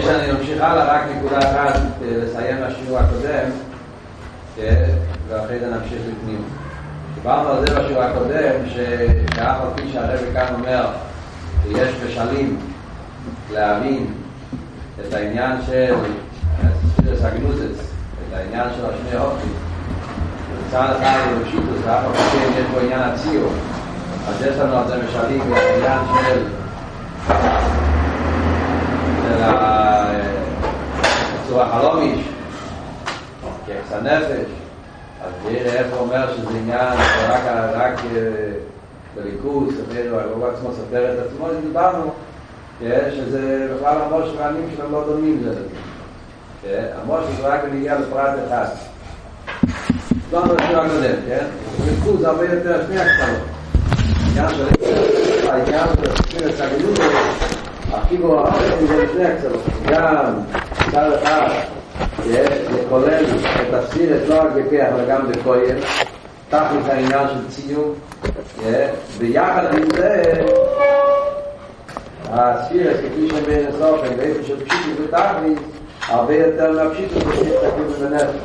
שאני ממשיך הלאה, רק נקודה אחת לסיים לשיעור הקודם, ואחרי זה נמשיך לפנים. דיברנו על זה בשיעור הקודם, שאף על פי שהרב כאן אומר שיש משלים להבין את העניין של ספירס הגנוזס, את העניין של השני אופים, מצד אחד ובשיטוס, ואף על פי שיש בו עניין הציור, אז יש לנו על זה משלים בעניין של הצורה החלומיש, כיחס הנפש. אז תראה איפה אומר שזה עניין רק בליכוס, הוא עצמו ספר את עצמו, דיברנו שזה בכלל המוש וענים שלהם לא דומים זה לזה. המוש זה רק להגיע לפרט אחד. דיברנו לשיר הקודם, בליכוס זה הרבה יותר שני הקצרות. העניין של ספירס הגנוזס החיבור האחרים זה לפני הקצרות. גם צד אחד לכולל את הספירס לא רק בכך אלא גם בכויל, תכלית העניין של ציור, ביחד עם זה הספירס כפי שהם בין הסופן באיפה של פשיטות ותכלית הרבה יותר מהפשיטות שתסתכלים בנפש.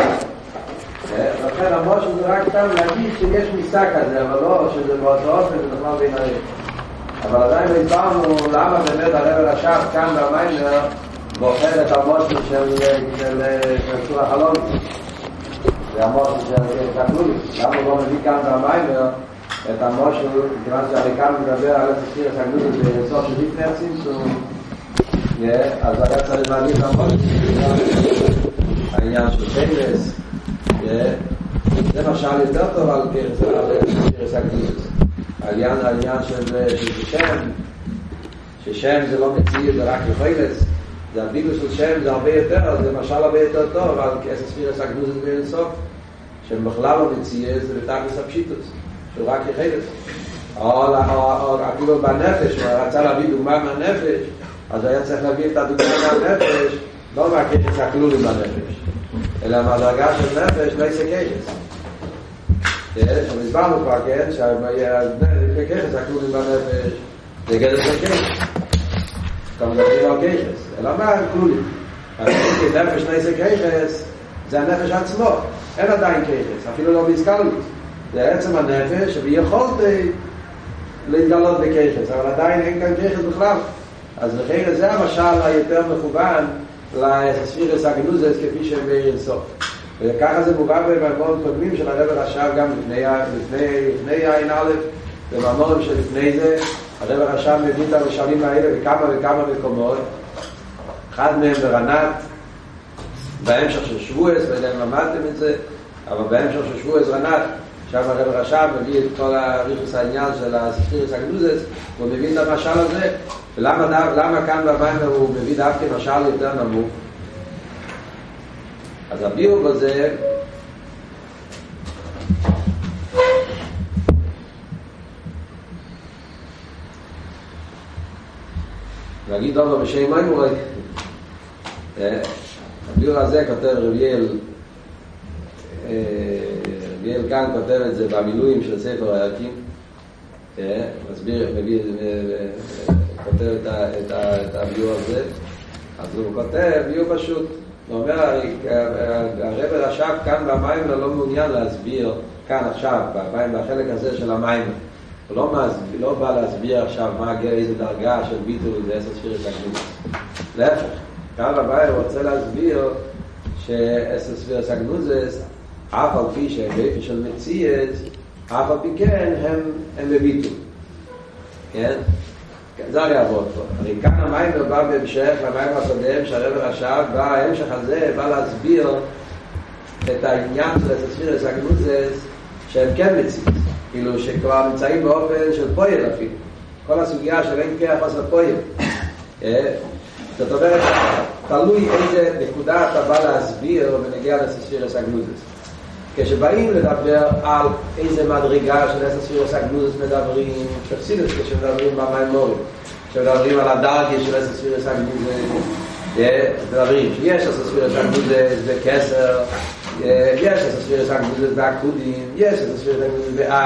לכן המושל זה רק סתם להגיד שיש מיסה כזה, אבל לא שזה באותו אופן זה בכלל בין הרב. אבל עדיין לא הסברנו למה באמת הרב רש"ב כאן במיימר בוחר את המושל של צור החלומי. זה המושל של תקלולי. למה הוא לא מביא כאן במיימר את המושל, כיוון שהרי כאן מדבר על ספירס הגנוזס בסוף של לפני הצמצום, אז היה צריך להביא את המושל. העניין של פלס, זה משל יותר טוב על ספירס הגנוזס. העניין של ששם זה לא מציע, זה רק לפלס. זה הביגל של שם זה הרבה יותר, זה משל הרבה יותר טוב על ספירס הגנוזס באינסוף, שבכלל לא מציע, זה בתכלס הפשיטוס, שהוא רק יחלס. או אפילו בנפש, הוא רצה להביא דוגמה מהנפש, אז הוא היה צריך להביא את הדוגמה מהנפש, לא מהכחס הכלולים בנפש, אלא מהדרגה של נפש, לא יעשה כחס. הסברנו כבר, כן, שהכחס הכלולים בנפש, זה גדר של כחס. גם מדברים על כחס, אלא מה כלולים? נפש נעשה כחס, זה הנפש עצמו, אין עדיין כחס, אפילו לא בהזכרות. זה עצם הנפש שביכולתי להתגלות בכחס, אבל עדיין אין כאן כחס בכלל. אז לכן זה המשל היותר מכוון לספירס הגנוזס כפי שהם באינסוף. וככה זה מובן במאמרים קודמים של הרב רש"ב גם לפני עין א', במאמרים שלפני זה הרב רש"ב מביא את המשלים האלה בכמה וכמה מקומות. אחד מהם ברנת, בהמשך של שבועס, ואתם למדתם את זה, אבל בהמשך של שבועס רנת, שם הרב רש"ב מביא את כל הריכוס העניין של הספירס הגנוזס, הוא מביא את המשל הזה. ולמה כאן במיימר הוא מביא דווקא משל יותר נמוך? אז הביאו בזה נגיד דבר בשם מיימורי. הביאו הזה כותב רביאל כאן כותב את זה במילואים של ספר הירקים, מסביר, מביא כותב את הביאו הזה. אז הוא כותב ביאו פשוט, הוא אומר, הרב רש"ב כאן במיימר לא מעוניין להסביר כאן עכשיו, בחלק הזה של המיימר. הוא לא בא להסביר עכשיו איזה דרגה של ביטול זה ספירס הגנוזס. להפך, כאן במיימר הוא רוצה להסביר ספירס הגנוזס, אף על פי שהם באופן של מציאות, אף על פי כן הם בביטול. כן? זה היה עבוד פה. הרי כאן המיימר בא בהמשך למיימר הקודם שהרב רש"ב בא, ההמשך הזה בא להסביר את העניין של ספירס הגנוזס שהם כן מציאות, כאילו שכבר נמצאים באופן של פועל אפילו. כל הסוגיה של אין כיח עשה פועל. זאת אומרת, תלוי איזה נקודה אתה בא להסביר ונגיע לספירס הגנוזס. כשבאים לדבר על איזה מדרגה של ספירס הגנוזס מדברים, שפסילוס כשמדברים במיימורים, כשמדברים על הדרגה של ספירס הגנוזס, מדברים שיש ספירס הגנוזס בקסר, יש ספירס הגנוזס בעקודים, יש ספירס הגנוזס באק,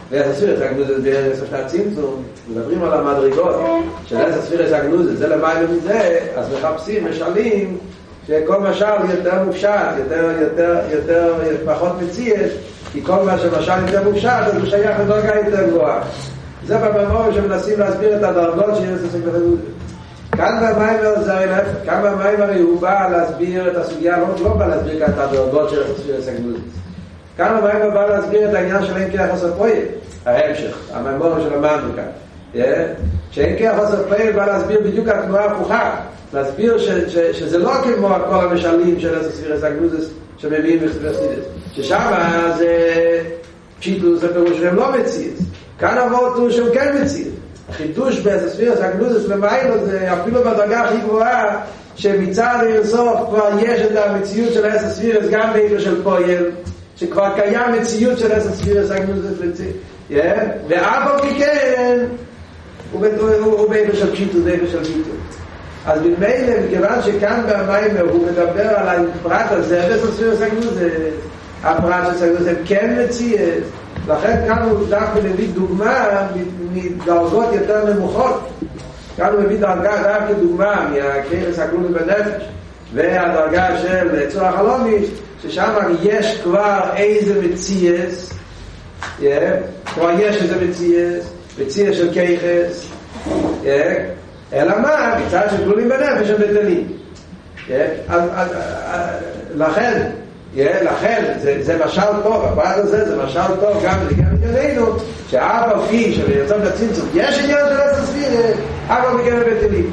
והספירס הגנוזס בערס השתת צמצום, מדברים על המדרגות של הספירס הגנוזס, זה למעלה מזה, אז מחפשים, משלים, שכל משל יותר מופשט, יותר פחות מציאס, כי כל מה שמשל יותר מופשט, אז הוא שייך לדרגה יותר גבוהה. זה במאמר שמנסים להסביר את הדרגות שיש הספירס הגנוזס. כאן במיימר זה הרי כאן במיימר הוא בא להסביר את הסוגיה, לא בא להסביר כאן את הדרגות של הספירס הגנוזס. כאן במיימר בא להסביר את העניין של אין כיח עשר פועל, ההמשך, המיימר שלמדנו כאן. שאין כיח עשר פועל בא להסביר בדיוק התנועה הפוכה, להסביר שזה לא כמו כל המשלים של הספירס הגנוזס שמביאים בספירס נידס, ששם זה פשיטוס הפירוש שהם לא מציאות. כאן עבוד הוא שהם כן מציאות. החידוש בספירס הגנוזס למעלה זה אפילו בדרגה הכי גבוהה, שמצד אינסוף כבר יש את המציאות של הספירס גם באיפה של פועל, שכבר קיים מציאות של הספירס הגנוזס, ואף על כן הוא באיפה של פשיטוס, באיפה של פשיטוס. אז במילא, מכיוון שכאן במיימר הוא מדבר על הפרט הזה, בספירס הגנוזס, הפרט של הספירס הם כן מציאות, לכן כאן הוא דווקא מביא דוגמה מדרגות יותר נמוכות. כאן הוא מביא דווקא דוגמה מהכרס הכלולי בנפש והדרגה של צור החלומי, ששם יש כבר איזה מציאס, כבר יש איזה מציאס של כיחס, אלא מה? מצד של כלולים בנפש הם בטלים. לכן זה משל טוב, הפרט הזה זה משל טוב גם לגבינו, שאף על פי שביוצא בצמצום יש עניין של הספירס, אף על פי כן בטלים.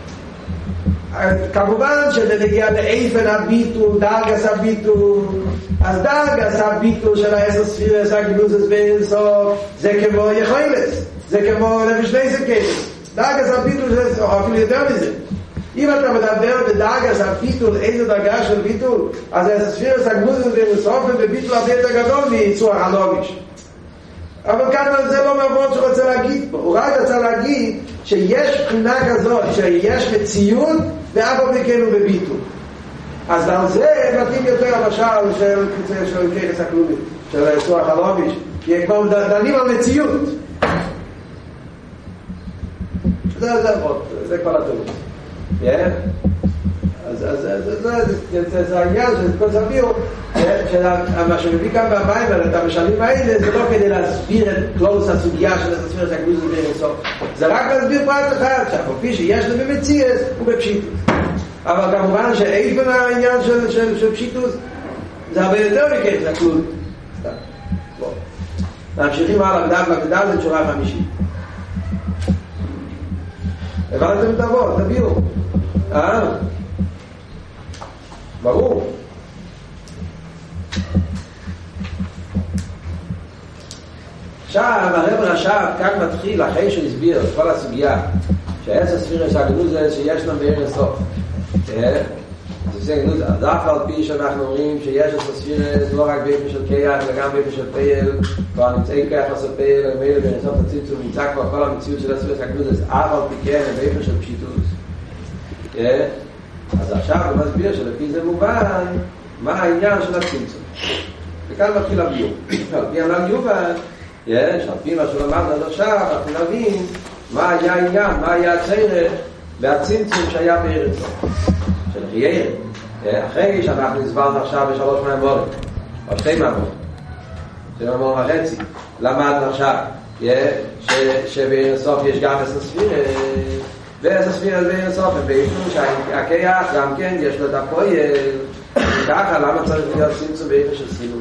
כמובן שזה נגיע לאיפן הביטול, דרגס הביטול, אז דרגס הביטול של הספירס הגנוזס באינסוף זה כמו יכולת, זה כמו נפש ניסקייס. דרגס הביטול זה אפילו יותר מזה. אם אתה מדבר בדרגס הביטול, איזו דרגה של ביטול, אז הספירס הגנוזס באינסוף ובביטול הרבה יותר גדול מיצור הלוגיש. אבל כאן זה לא מעבוד שרוצה להגיד פה, הוא רק רוצה להגיד שיש בחינה כזאת, שיש מציאות ואף על מכן הוא בביטול. אז על זה מתאים יותר המשל של כיחס הכלולי, של צור החלומיש, כי כמו דנים על מציאות. זה כל התירוץ. זה העניין של כל סביר, מה שמביא כאן במיימר את המשלים האלה זה לא כדי להסביר את קלוס הסוגיה של הספירס הגנוזס באינסוף, זה רק להסביר פרט אחד, שהפופי שיש לו במציאס הוא בפשיטוס. אבל כמובן שאיפן העניין של פשיטוס זה הרבה יותר מכך הכלול. נמשיכים הלאה בדלת שורה חמישית. הבנתם את אבות, תביאו. ברור. עכשיו הרב רש"ב כאן מתחיל אחרי שהוא הסביר את כל הסוגיה שהעשר ספירס הגנוזס שיש להם בארץ סוף. אז אף על פי שאנחנו אומרים שיש עשר ספירס לא רק באיפה של קייח וגם באיפה של פייל, כבר נמצאים כיח עשר פייל ומילא בארץ סוף הצמצום נמצא כבר כל המציאות של הספירס הגנוזס, אף על פי כן באיפה של פשיטוס. אז עכשיו הוא מסביר שלפי זה מובן מה העניין של הצמצום. וכאן מתחיל הביור. על פי ענן יובן, על פי מה שלמדנו עד עכשיו, אנחנו נבין מה היה העניין, מה היה הצורך והצמצום שהיה בארץ של חייר. אחרי שאנחנו הסברנו עכשיו בשלוש מאמורים, או שתי מאמורים, שתי מאמורים וחצי, למדנו עכשיו שבארץ סוף יש גם עשר ספירס, ועשר ספירס בארץ סוף, ובאיפנו שהכיח גם כן יש לו את הפועל, וככה למה צריך להיות צמצום באיפה של סילול?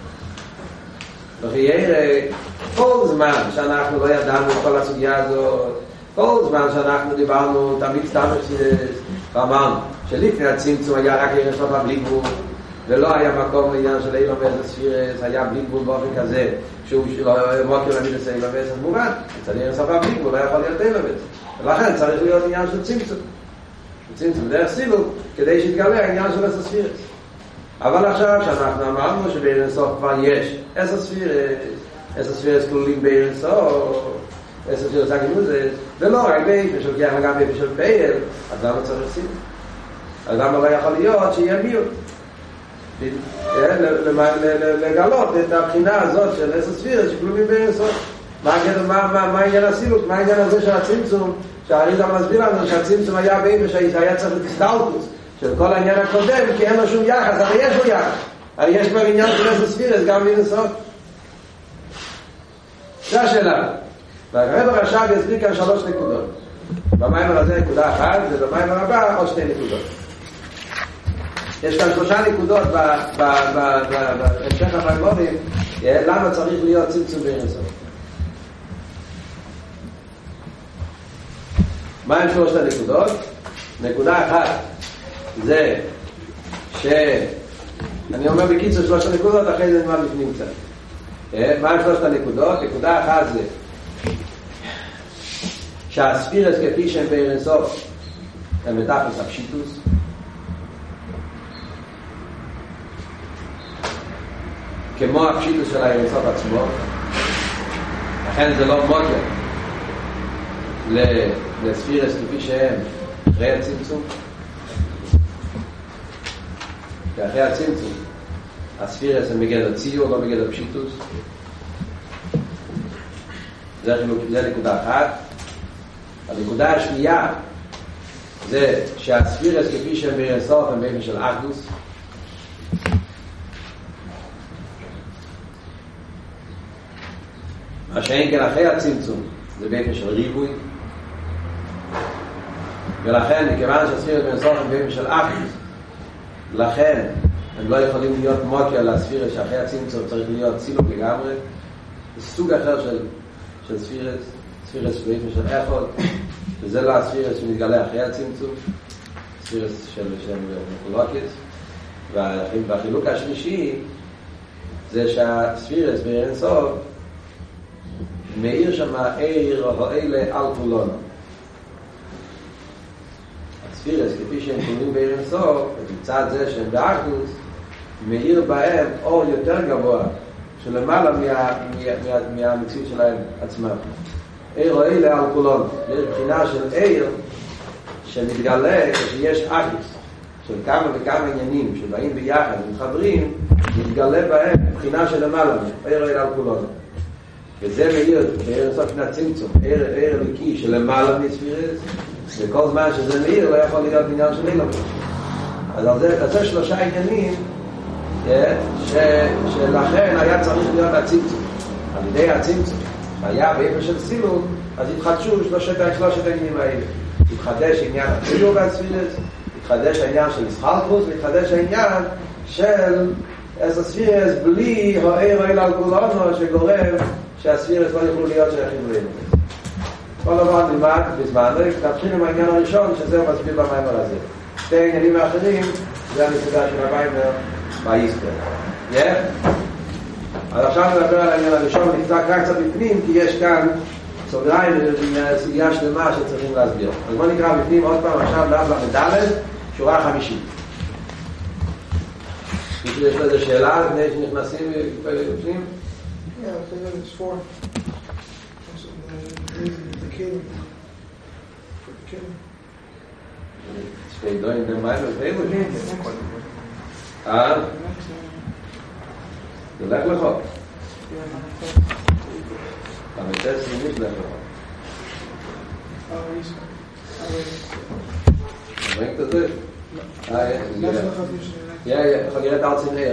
וחייר, כל זמן שאנחנו לא ידענו את כל הסוגיה הזאת, כל זמן שאנחנו דיברנו תמיד סתם ואמרנו שלפני הצמצום היה רק ערש סוף בלי גבול, ולא היה מקום לעניין של אילום ועשר ספירס, היה בלי גבול באופן כזה שהוא מוקר למיד עשה אילום ועשר מובן, אצל ערש סוף בלי גבול לא יכול להיות אילום ועשר, ולכן צריך להיות עניין של צמצום, צמצום דרך סילול כדי שיתגלה העניין של עשר ספירס. אבל עכשיו שאנחנו אמרנו שבערש סוף כבר יש עשר ספירס כלולים בערש סוף, עשר ספירס הגנוזס, ולא רק באיפה של קייח וגם באיפה של פייל, אז למה צריך סילול? אז למה לא יכול להיות שיהיה מיעוט? לגלות את הבחינה הזאת של עשר ספירס שכלומים בעין סוף. מה העניין הסילוק? מה העניין הזה של הצמצום? שהאריז"ל מסביר לנו שהצמצום היה באיפה שהיה צריך להסתלקות של כל העניין הקודם, כי אין לו שום יחס, אבל יש לו יחס. הרי יש כבר עניין של עשר ספירס גם בעין סוף. זו השאלה. והרב הרש"ב יסביר כאן 3 נקודות. במיימר הזה נקודה אחת, ובמיימר הבא עוד 2 נקודות. יש כאן 3 נקודות בהמשך המיימורים, למה צריך להיות צמצום בעין סוף. מה הם 3 הנקודות? נקודה אחת זה אני אומר בקיצור 3 הנקודות, אחרי זה נלמד בפנים קצת. מה הם 3 הנקודות? נקודה אחת זה שהספירס כפי שהם בעין סוף הם מתחת הפשיטוס, כמו הפשיטוס של העין סוף עצמו, לכן זה לא מוקר לספירס כפי שהם אחרי הצמצום, כי אחרי הצמצום הספירס הם בגדר ציור, לא בגדר פשיטוס. זה נקודה אחת. הנקודה השנייה זה שהספירס כפי שהם בעין סוף הם באופן של אחדוס, מה שאין כן אחרי הצמצום זה באופן של ריבוי, ולכן מכיוון שהספירס בעין סוף הם באופן של אחדוס, לכן הם לא יכולים להיות מוקר לספירס שאחרי הצמצום צריך להיות צילוק לגמרי. זה סוג אחר של ספירס, ספירס באופן של אחד, שזה לא הספירס שמתגלה אחרי הצמצום, ספירס של מחולקת. והחילוק השלישי זה שהספירס בעין סוף מאיר שם עיר או אלה על כולנו. הספירס כפי שהם קוראים בעין סוף, מצד זה שהם באחדוס, מאיר בהם אור יותר גבוה שלמעלה מהמציאות שלהם עצמם. עיר או אלה על כולנו, יש בחינה של עיר שמתגלה כשיש אחדוס של כמה וכמה עניינים שבאים ביחד ומתחברים, מתגלה בהם בחינה של למעלה, עיר או אלה על כולנו. וזה מאיר בעין סוף מן הצמצום, עיר אלוקי שלמעלה מספירס, וכל זמן שזה מאיר לא יכול להיות עניין של אילום. אז על זה 3 עניינים שלכן היה צריך להיות הצמצום. על ידי הצמצום היה באיפה של סילוק, אז התחדשו 3 העניינים האלה. התחדש עניין הצילוק והספירס, התחדש העניין של סחלקוס, והתחדש העניין של הספירס בלי העיר האלה על כולנו שגורם שהספירס לא יוכלו להיות שייכים לאילום. כל דבר נלמד בזמן, נתחיל עם העניין הראשון שזה מסביר במיימר הזה. 2 עניינים האחרים זה הנקודה של המיימר באיסטר. אז עכשיו נדבר על העניין הראשון, נקרא קצת בפנים, כי יש כאן סוגריים סוגיה שלמה שצריכים להסביר. אז בוא נקרא בפנים עוד פעם עכשיו לאב למדלת, שורה 50. יש לו איזו שאלה לפני שנכנסים בפנים? Yeah, I think it's 4. The king. Stay doing the minor favor. זה לך לחוק. המתת סמיש לך לחוק. ראית את זה? יכול לראות ארצי נער,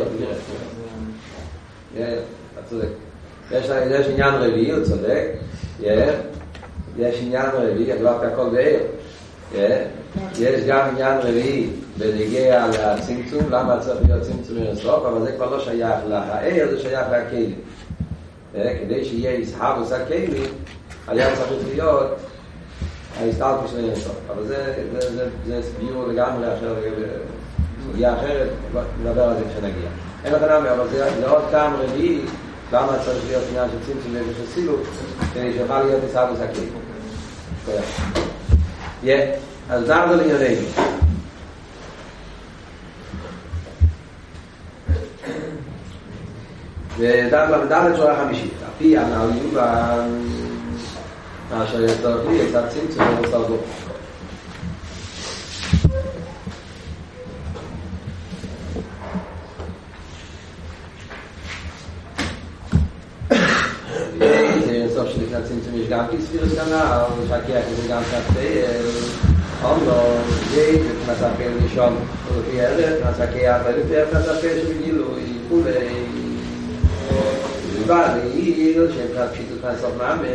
אתה צודק. יש עניין רביעי, הוא צודק. יש עניין רביעי, הגלת הכל בעיר. יש גם עניין רביעי בנגיע לצמצום, למה צריך להיות צמצום לסוף, אבל זה כבר לא שייך לעיר, זה שייך להכלים. כדי שיהיה ישחבוס הכלים, היה צריך להיות ההסתלקות של לסוף. אבל זה ביור לגמרי אחר, סוגיה אחרת, נדבר על זה כשנגיע. אין לך נמי, אבל זה עוד טעם רביעי, למה צריך להיות עניין של צמצום ושל סילוק, כדי שיוכל להיות ישחבוס הכלים. אז נעזור לענייננו. ודעת למדלת שורה 50. הפי הנעלים אשר יצטרך לי את הצמצום ולסרבו. סוף של לפני הצמצום יש גם כספירס כנ"ל, שהכיח זה גם כספירס, לא, זה מבחינת הפעיל ראשון, לפי הערך, מבחינת הכיח, ולפי מבחינת הפעיל שבגילוי, כולי, ובא להעיל, שמבחינת פשיטות מהסוף מאמן,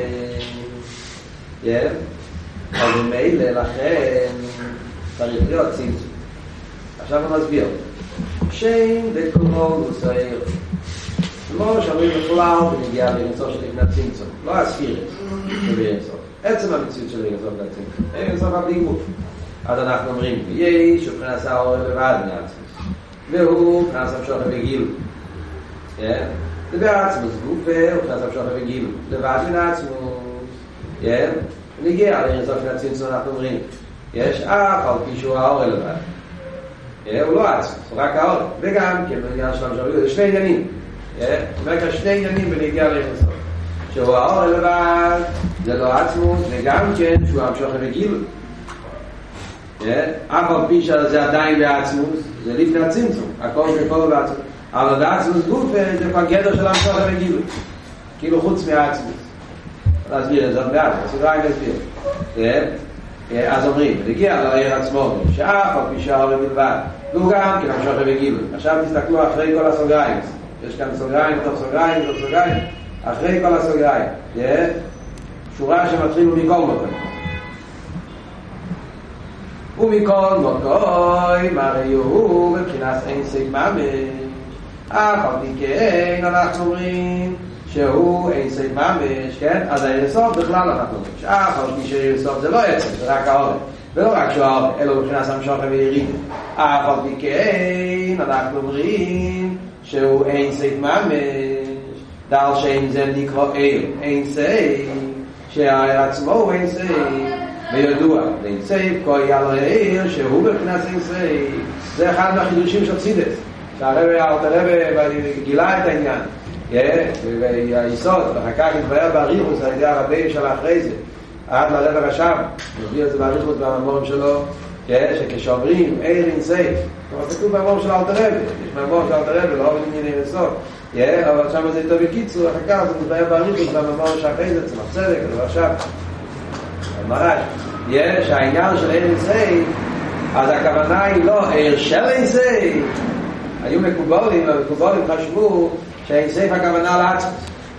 אז ממילא לכן צריך להיות צמצום. עכשיו הוא מסביר, שאין דקולו סעיר, לא שאומרים בכלל ונגיע לאינסוף של לפני הצמצום, לא הספירס שבאינסוף, עצם המציאות של אינסוף והצמצום, אינסוף הבלי גוף. אז אנחנו אומרים, יש הוא פרנס האור לבד מעצמוס, והוא פרנס המשוך וגיל. זה בעצמוס גוף, הוא פרנס המשוך וגיל, לבד מעצמוס. נגיע לאינסוף של הצמצום אנחנו אומרים, יש אף על פי שהוא האור לבד. הוא לא עצמוס, הוא רק האור, וגם כן בעניין של המשוך וגיל, זה שני עניינים. הוא אומר כאן שני עניינים בנגיע לאינסוף. שהוא האור לבד, זה לא עצמוס, וגם כן שהוא המשוך וגיל. אף על פי שזה עדיין בעצמוס, זה לפני הצמצום, הכל ככל בעצמוס, אבל בעצמוס גוף זה כבר גדר של המשוך וגיל, כאילו חוץ מהעצמוס. להסביר את זה מעט, סוגריים להסביר. אז אומרים, נגיע לעיר עצמו, שאף על פי שהאור בלבד, והוא גם כן המשוך וגיל. עכשיו תסתכלו אחרי כל הסוגריים, יש כאן סוגריים, תוך סוגריים, תוך סוגריים, אחרי כל הסוגריים, שורה שמתחילו מכל מקום. ומכל מקום הרי הוא מבחינת אין סייג ממש, אף על פי כן אנחנו אומרים שהוא אין סייג ממש, כן? אז האינסוף בכלל אנחנו אומרים שאף על פי שהאינסוף זה לא עצם, זה רק העורף, ולא רק שהוא העורף, אלא מבחינת המשוך ויריד. אף על פי כן אנחנו אומרים שהוא אין סייג ממש, דל שאין זה נקרא אין סייג, שהעיר עצמו הוא אין סייג, וידוע, אין סייב, כוי על העיר שהוא מבחינת אין סייב. זה אחד מהחידושים של צידס, שהרב גילה את העניין, והיסוד, ואחר כך התבהר באריכוס על ידי הרבים של אחרי זה, עד לרב הרשם, מביא את זה באריכוס במאמרים שלו, שכשאומרים עיר אין סייב, כתוב במאמר של אלתר רבי, יש מאמר של אלתר רבי, לא בענייני אינסוף, אבל שם זה יותר בקיצור, אחר כך זה מתבהר באריכוס במאמר שאחרי זה, צמח צדק, עכשיו מרש, יש העניין של אין סייב, אז הכוונה היא לא עיר של אין סייב. היו מקובלים, והמקובלים חשבו שאין סייב הכוונה לעצמוס.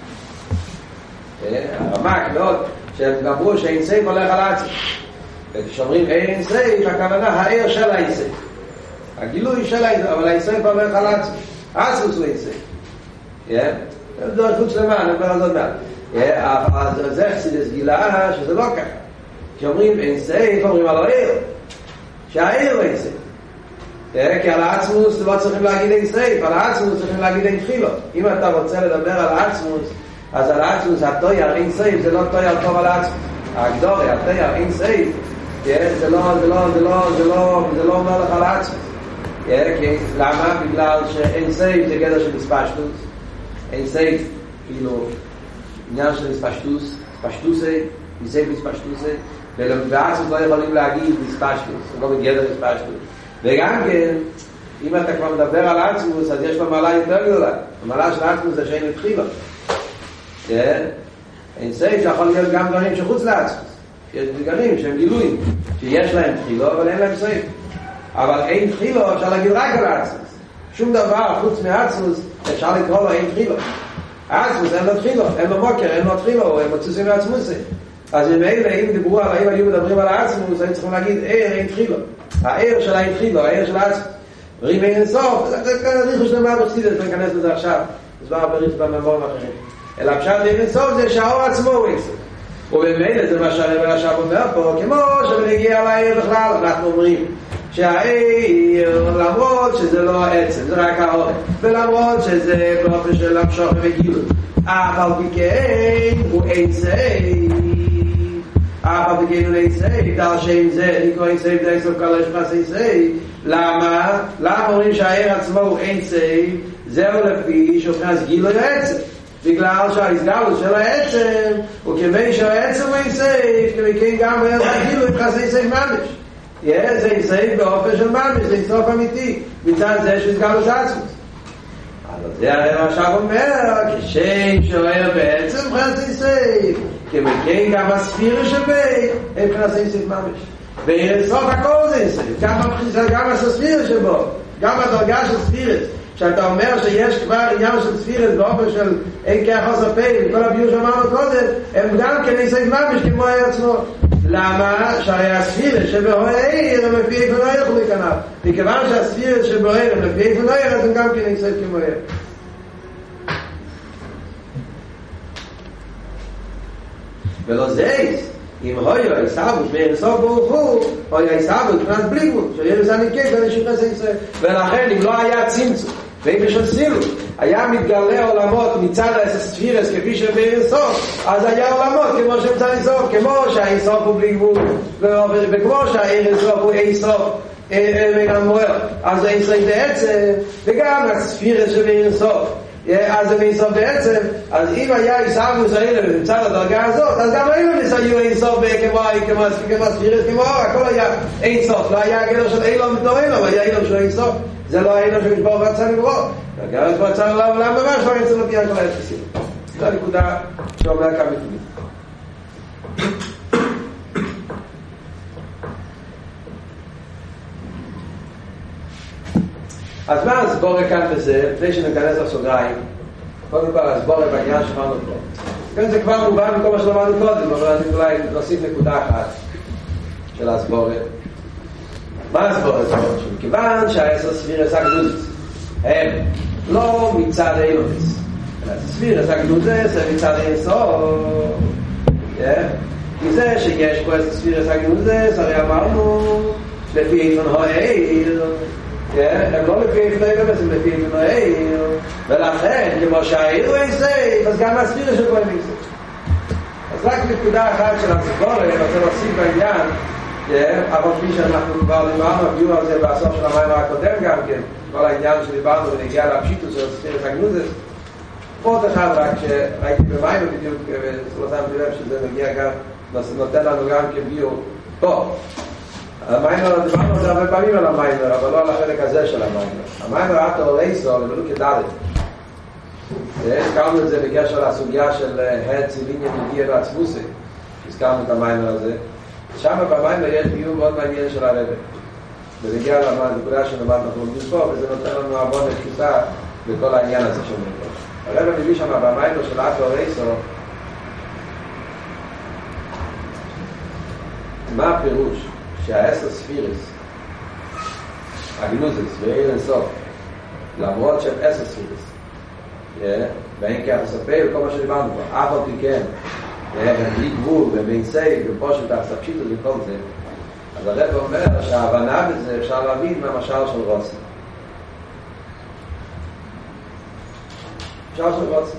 הרמק, לא, שהם אמרו שאין סייב הולך על עצמוס. וכשאומרים אין סייב, הכוונה העיר של אין סייב. הגילוי של אין סייב, אבל אין סייב הולך על עצמוס. עצמוס הוא אין סייב. זה דרך חוץ למה, אני אומר על זאת מעט. אז זה חסידס גילה שזה לא ככה. כשאומרים אין סייב, אומרים על העיר, שהעיר אין סייב. כי על העצמוס לא צריכים להגיד אין סייב, על העצמוס צריכים להגיד אין תחילות. אם אתה רוצה לדבר על העצמוס, אז על העצמוס התויר אין סייב, זה לא תויר טוב על העצמוס. ההגדורי, התויר אין סייב, זה לא אומר לך על העצמוס. למה? בגלל שאין סייב זה גדר של מספשטוס. אין סייב, כאילו, עניין של מספשטוס, פשטוסי, מסייב מספשטוסי, ובעצמוס לא יכולים להגיד מספשטוס, לא בגדר מספשטוס. וגם כן, אם אתה כבר מדבר על עצמוס, אז יש לו מעלה יותר גדולה. המעלה של עצמוס זה שאין התחילה. אין סייב שיכול להיות גם דברים שחוץ לעצמוס. יש דברים שהם גילויים, שיש להם תחילו, אבל אין להם סייב. אבל אין תחילו, אפשר להגיד רק על עצמוס. שום דבר חוץ מעצמוס, אפשר לקרוא לו אין תחילו. עצמוס אין לו תחילו, אין לו מוקר, אין לו תחילו, הם מוצאים מעצמוסי. אז ממילא, אם דיברו על, אם היו מדברים על העצמוס, היו צריכים להגיד אין תחילו. העיר של אין תחילו, העיר של העצמוס. ואם אין סוף, זה כאן הריחו שלמה בחסידות, לא ניכנס לזה עכשיו. זה בא בריח במאמרים אחרים. אלא פשט אין סוף זה שהאור עצמו הוא אין סוף. ובמילא זה מה שהרב הרש"ב אומר פה, כמו שבנגיע לעיר בכלל, אנחנו אומרים שהעיר, למרות שזה לא העצם, זה רק העורף, ולמרות שזה באופן של המשוך וגיל, אף על פי כן הוא אין סייב, אף על פי כן הוא אין סייב, דל שאין זה, נקרא אין סייב, די סוף כל השפס אין סייב. למה? למה אומרים שהעיר עצמו הוא אין סייב? זהו לפי שוכנס גיל העצם, בגלל שההסגלות של העצם הוא כמי שהעצם הוא אין סייב, כמי כן גם גילו יחס אין סייב ממש. זה אין סייב באופן של ממש, זה אין סוף אמיתי, מצד זה שהסגלות עצמוס. זה הרי מה עכשיו אומר, כשם שאוהר בעצם חצי סייף, כמכן גם הספירה שבי, הם כנסים סייף ממש. בסוף הכל זה סייף, גם הספירה שבו, גם הדרגה של ספירס. שאתה אומר שיש כבר עניין של ספירס באופן של אין כאחוס הפה, וכל הביור שאמרנו קודם, הם גם כן סייף ממש כמו האר עצמו. למה? שהרי הספירס שבהוער הם לפי איפה לא יכולו להיכנף. מכיוון שהספירס שבהוער הם לפי איפה לא יכולו, אז הם גם כן סייף כמו האר. ולא זייס, אם הויו יסבוש מאינסוף ברוך הוא, הויו יסבוש מבחינת בלי גבול, שיהיה לזה ניקק ונשוחס ישראל. ולכן אם לא היה צמצום ואם של סילוס היה מתגלה עולמות מצד הספירס כפי שבאינסוף, אז היה עולמות כמו שמצד אינסוף, כמו שהאינסוף הוא בלי גבול, וכמו שהאינסוף הוא אינסוף אז האינסוף בעצם, וגם הספירס שבאינסוף אז זה אינסוף בעצם. אז אם היה איסאבוס האלה במצד הדרגה הזאת, אז גם האלה נסעיו אינסוף כמו הספירס כמו הכל היה אינסוף. לא היה הגדר של אילום בתור אילום, היה אילום של אינסוף. זה לא האילום שמשבור רצה לגבור. גם את רצה לעולם ממש לא אינסוף לפי הכל האפסים. זו הנקודה שאומר כאן בפנים. אז מה הסבורה כאן בזה? לפני שניכנס לסוגריים, קודם כל הסבורה בעניין שאמרנו פה. כאן זה כבר מובן מכל מה שלמדנו קודם, אבל אני אולי נוסיף נקודה אחת של הסבורה. מה הסבורה הזאת? מכיוון שהעשר ספירס הגנוזס הם לא מצד אילומס, ספירס הגנוזס הם מצד אינסוף. כי זה שיש פה עשר ספירס הגנוזס, הרי אמרנו לפי איפן העיר, הם לא לפי איפן העיר, הם לפי איפן העיר, ולכן כמו שהעיר הוא איסף, אז גם הספירס שלו הם איסף. אז רק נקודה אחת של הסבורה, אני רוצה להוסיף בעניין, אבל כפי שאנחנו כבר דיברנו, הביאו על זה בסוף של המים הקודם גם כן, כל העניין שדיברנו ונגיע לפשיטוס של ספירס הגנוזס. עוד אחד רק שראיתי במים בדיוק, ולא שמתי לב שזה מגיע גם, נותן לנו גם כביאו פה. המיימר, דיברנו על זה הרבה פעמים על המיימר, אבל לא על החלק הזה של המיימר. המיימר עטו אורייסו, למלו כדלת. הזכרנו את זה בקשר לסוגיה של הציליניה מגיע בעצמוסי, הזכרנו את המיימר הזה. שם במיימר יש ביור מאוד מעניין של הרבא. ונגיע לנקודה שנאמר אנחנו לומדים פה, וזה נותן לנו עבוד נתקופה בכל העניין הזה שאומרים פה. הרבא מביא שם במיימר של עטו אורייסו, מה הפירוש? שהעשר ספירס הגנוזס ואין אינסוף למרות שהם עשר ספירס ואין כיחס הפה וכל מה שדיברנו פה אף על פי כן בלי גבול ובין סייף ופושט הספשיטות וכל זה. אז הרב אומר שההבנה בזה אפשר להבין מהמשל של רוצן. משל של רוצן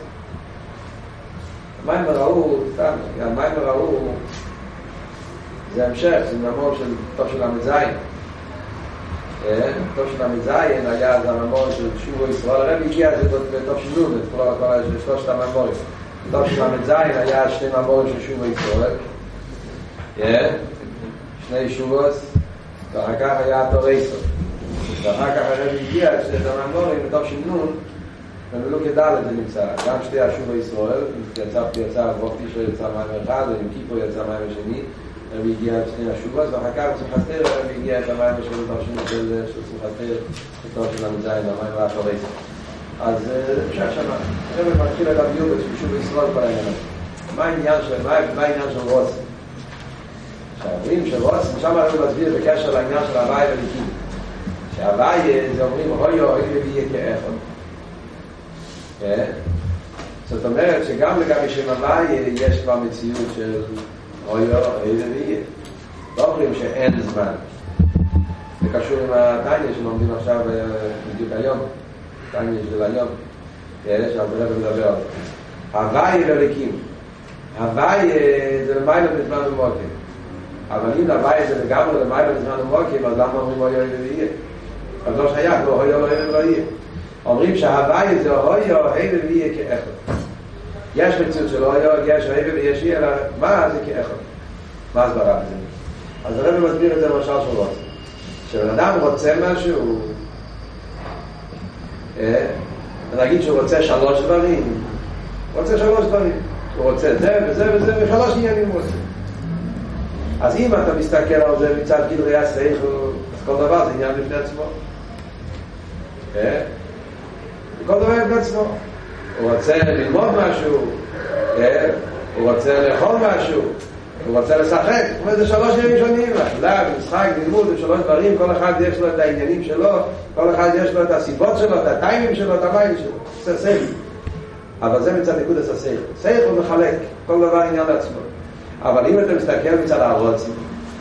המים ראו זה המשך, זה ממור של טוב של המזיין. טוב של המזיין היה זה הממור של שובו ישראל. הרב הגיע את זה בטוב של נון, את כל שלושת הממורים. טוב של המזיין היה שני ממורים של שובו ישראל. שני שובות, ואחר כך היה תורייסו. ואחר כך הרב הגיע את הממורים בטוב של נון, ומלו כדלת זה נמצא. גם שתי השובו ישראל, יצא ווקטי שיצא מים אחד, ועם קיפו יצא מים שני. הרב הגיע את שני השובות, ואחר כך בסמכסתר הרב הגיע את המים של תרשימו של סמכסתר, בתור של המזיין, המים האחורי. אז אפשר שמה. הרב מתחיל את הביור בשוב ישראל כל העניין. מה העניין של רוצן? שהאומרים של רוצן, שם הרב מסביר בקשר לעניין של הוואי וליקים. שהוואי זה אומרים, אוי ויהיה כאחד. זאת אומרת שגם לגבי שם הוואי יש כבר מציאות של אוי ויהיה. לא אומרים שאין זמן. זה קשור עם הטניה שלומדים עכשיו בדיוק היום. טניה של היום. שהרב מדבר על זה. הוואי וליקים. הוואי זה למעלה בזמן ומוקים. אבל אם הוואי זה לגמרי למעלה בזמן ומוקים, אז למה אומרים אוי ויהיה? אז לא שייך, לא אוי ויהיה. אומרים שהוואי זה אוי ויהיה כאחד. יש מציאות של אוי, יש אוי ויש יהיה, אלא מה זה כאחד? מה הסברה בזה? אז הרב מסביר את זה למשל של רוצן. כשבן אדם רוצה משהו, ונגיד שהוא רוצה 3 דברים, הוא רוצה 3 דברים, הוא רוצה זה וזה וזה ו3 עניינים הוא רוצה. אז אם אתה מסתכל על זה מצד גדרי השכל, אז כל דבר זה עניין בפני עצמו. כל דבר בפני עצמו. הוא רוצה ללמוד משהו, הוא רוצה לאכול משהו, הוא רוצה לשחק. זאת אומרת, זה 3 עניינים שונים. אכילה, משחק, לימוד, זה 3 דברים, כל אחד יש לו את העניינים שלו, כל אחד יש לו את הסיבות שלו, את הטיימים שלו, את המים שלו. זה שכל. אבל זה מצד נקודת השכל. שכל הוא מחלק, כל דבר עניין לעצמו. אבל אם אתה מסתכל מצד הרוצן,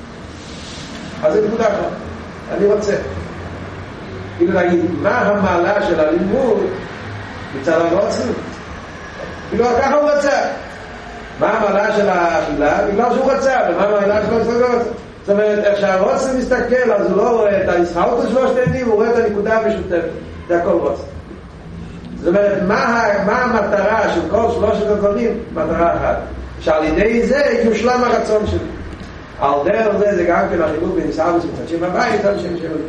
אז זה נקודה אחת. אני רוצה. כאילו להגיד, מה המעלה של הלימוד מצד הרוצן? כאילו, ככה הוא רוצה. מה המעלה של האכילה? בגלל שהוא רוצה. ומה המעלה של הרוצן? זאת אומרת, איך שהרוצן מסתכל, אז הוא לא רואה את הישחאות שלושת העניינים, הוא רואה את הנקודה המשותפת. זה הכל רוצן. זאת אומרת, מה המטרה של כל 3 הדברים? מטרה אחת. שעל ידי זה יושלם הרצון שלי. על דרך זה גם כן החילוק בין סבוס מצד שם הבית, מצד שם אליקים.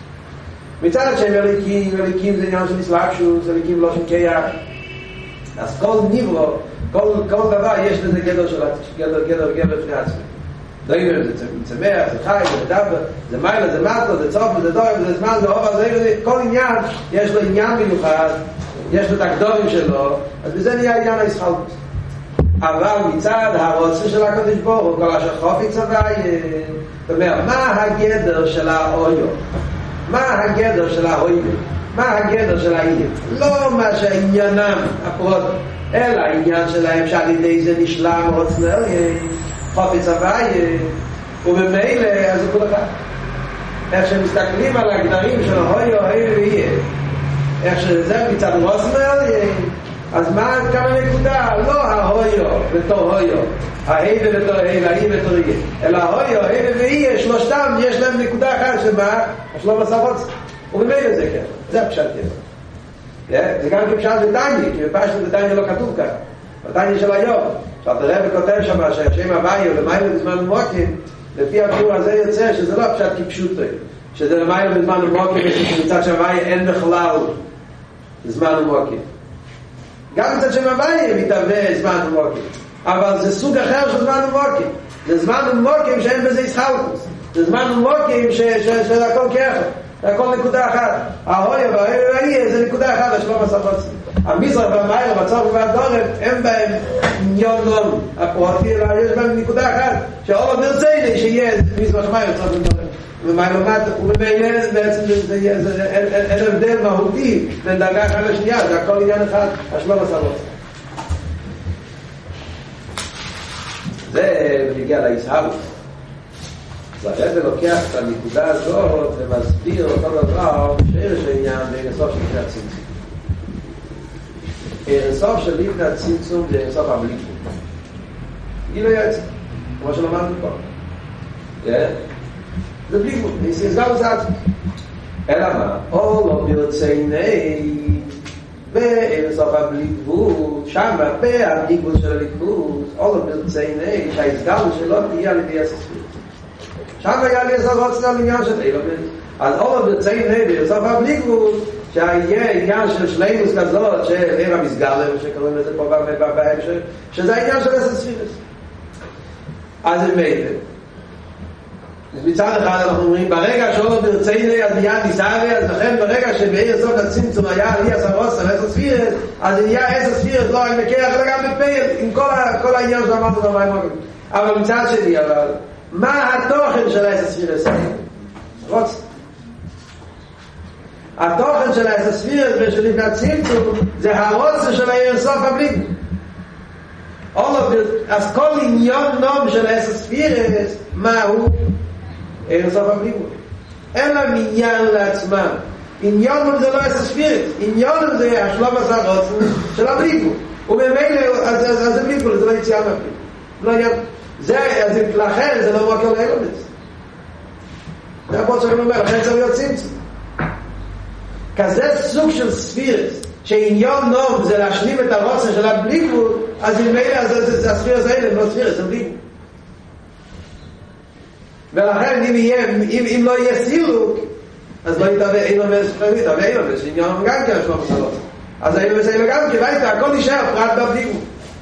מצד שם אליקים זה עניין של הסלבשות, אליקים לא של קייח. אז כל ניברו, כל דבר יש לזה גדר לפני עצמי. דברים זה צמח, זה חי, זה מדבר, זה מיילה, זה מטו, זה צוף, זה דור, זה זמן, זה אובר, זה כל עניין, יש לו עניין מיוחד, יש לו את הקדומים שלו, אז בזה נהיה עניין ההסחלקות. אבל מצד הרוצן של הקדוש ברוך הוא, כל אשר חופץ הווי, זאת אומרת, מה הגדר של האויו? מה הגדר של האויו? מה הגדר של העניין? לא מה שעניינם הפרוט, אלא העניין שלהם שעל ידי זה נשלם רוצן חופץ הווי, ובמילא אז זה כל אחד. איך שמסתכלים על הגדרים של האויו, ויהיה. איך שזה מצד רוצן אז מה כמה נקודה? לא ההויו בתור הויו, ההיבה בתור ההיבה, ההיבה בתור יהיה, אלא ההויו, ההיבה ויהיה, שלושתם יש להם נקודה אחת שמה? השלום הסבות. ובמילא זה כן, זה הפשט טבע. זה גם כפשט בטניה, כי בפשט בטניה לא כתוב ככה. בטניה של היום, שאתה רב וכותב שם שהשם הוויו למעלה בזמן ומוקים, לפי הביאור הזה יוצא שזה לא פשט כפשוטו, שזה למעלה בזמן ומוקים, שמצד שהוויו אין בכלל בזמן ומוקים. גם מצד שם הבאי מתהווה זמן ומוקים, אבל זה סוג אחר של זמן ומוקים. זה זמן ומוקים שאין בזה ישחלקוס. זה זמן ומוקים שזה הכל כאחד, זה הכל נקודה אחת. ההויה וההויה זה נקודה אחת, השלום הספוצי. המזרח והמיילה, בצורך והדורם, הם בהם עניון נום הפרוטי, אלא יש בהם נקודה אחת, שהאור המרצייני שיהיה מזרח מיילה, צורך והדורם. ובמילא בעצם אין הבדל מהותי בין דרגה אחת לשנייה, זה הכל עניין אחד, השלום הסבות. זה בניגיע להסהרות. אז הרב לוקח את הנקודה הזאת ומסביר אותו דבר שערש העניין באינסוף של לפני הצמצום. אינסוף של לפני הצמצום זה אינסוף הבליקות. היא לא יעצה, כמו שלמדנו פה. זה בלי גבול, נסגר לזה עצמי. אלא מה? או לא ברצייני ואינסוף הבלי גבול, שם הרבה הבלי גבול של הליכוז, או לא ברצייני שההסגר שלו תהיה על ידי הסספיר. שם היה לי אינסוף רוצנה על עניין של אילומד. אז או לא ברצייני ואינסוף הבלי גבול, שיהיה עניין של שלימוס כזאת, שאין המסגר שקוראים לזה פה בהמשך, שזה העניין של הסספירס. אז זה מילא. מצד אחד אנחנו אומרים, ברגע שאולו ברצייני אז מיד ניסהרי, אז לכן ברגע שבאיר סוף הצמצום היה עלי 10 ספירס, אז נהיה 10 ספירס לא רק בקרח אלא גם בפייל, עם כל העניין שאמרנו במים מוגים. אבל מצד שני, מה התוכן של 10 ספירס? רוצ. התוכן של 10 ספירס ושל הצמצום זה הרוצה של האיר סוף הבליג. אז כל עניון נום של 10 ספירס, מה הוא? אין סוף הבליגות. אין להם עניין לעצמם. עניון זה לא עשר ספירית. עניון זה השלום הסערות של הבליגות. ובמילא, אז זה בליגות, זה לא יציאה מהבליגות. לא עניין. אז לכן זה לא מוקר לאילומץ. זה הפות שאני אומר, לכן צריך להיות צמצום. כזה סוג של ספירית, שעניון נום זה להשלים את הרוצה של הבליגות, אז במילא, אז הספירית האלה, לא ספירית, זה בליגות. ולכן אם לא יהיה סילוק אז לא יתהווה אילומס חייב, יתהווה אילומס שעניון גם כן השלום הסערות. אז היינו מסיים גם כי ראית, הכל נשאר פרט בבדיגו.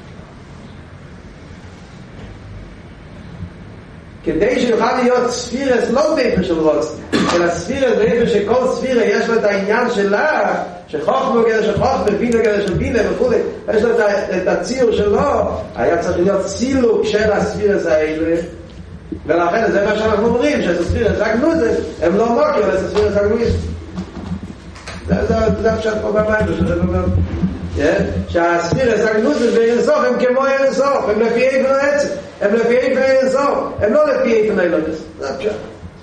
כדי שיוכל להיות ספירס לא באיפה של רוצן, אלא ספירס באיפה שכל ספירה יש לו את העניין שלה, שחוכמה גדר של חוכמה, בינה גדר של בינה וכו', יש לו את הציור שלו, היה צריך להיות סילוק של הספירס האלה, ולכן זה מה שאנחנו אומרים, שהספירס הגנוזס הם לא מוקר, אלא הספירס הגנוזס. זה פשט פה במים, שהספירס הגנוזס באינסוף הם כמו אינסוף, הם לפי איפן העצם, הם לפי איפן אינסוף, הם לא לפי איפן האילונס. זה פשט.